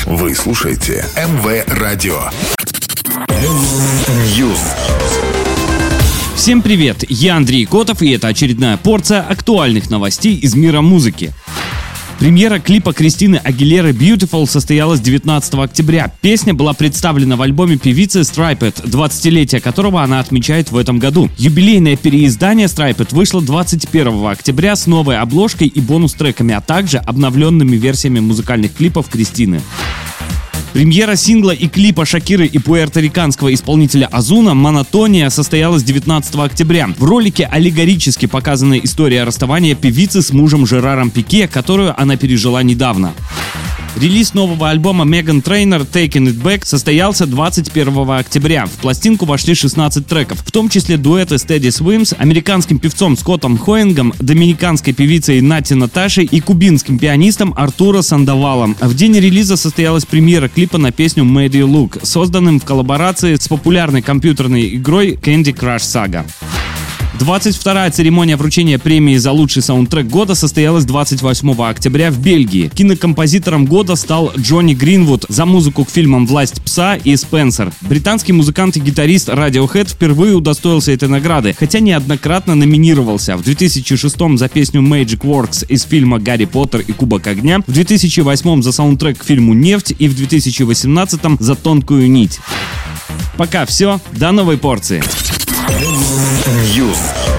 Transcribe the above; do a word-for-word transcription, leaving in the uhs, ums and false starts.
Вы слушаете эм вэ Радио. News. Всем привет, я Андрей Котов, и это очередная порция актуальных новостей из мира музыки. Премьера клипа Кристины Агилеры «Beautiful» состоялась девятнадцатого октября. Песня была представлена в альбоме певицы Striped, двадцатилетие которого она отмечает в этом году. Юбилейное переиздание Striped вышло двадцать первого октября с новой обложкой и бонус-треками, а также обновленными версиями музыкальных клипов Кристины. Премьера сингла и клипа Шакиры и пуэрториканского исполнителя Озуна «Монотония» состоялась девятнадцатого октября. В ролике аллегорически показана история расставания певицы с мужем Жераром Пике, которую она пережила недавно. Релиз нового альбома Меган Трейнор «Taking It Back» состоялся двадцать первого октября. В пластинку вошли шестнадцать треков, в том числе дуэты с Teddy Swims, американским певцом Скоттом Хоингом, доминиканской певицей Натти Наташей и кубинским пианистом Артуро Сандовалом. В день релиза состоялась премьера клипа на песню «Made You Look», созданным в коллаборации с популярной компьютерной игрой Candy Crush Saga. двадцать вторая церемония вручения премии за лучший саундтрек года состоялась двадцать восьмого октября в Бельгии. Кинокомпозитором года стал Джонни Гринвуд за музыку к фильмам «Власть пса» и «Спенсер». Британский музыкант и гитарист Radiohead впервые удостоился этой награды, хотя неоднократно номинировался. В две тысячи шестом за песню Magic Works из фильма «Гарри Поттер и Кубок огня», в две тысячи восьмом за саундтрек к фильму «Нефть» и в две тысячи восемнадцатом за «Тонкую нить». Пока все, до новой порции. News.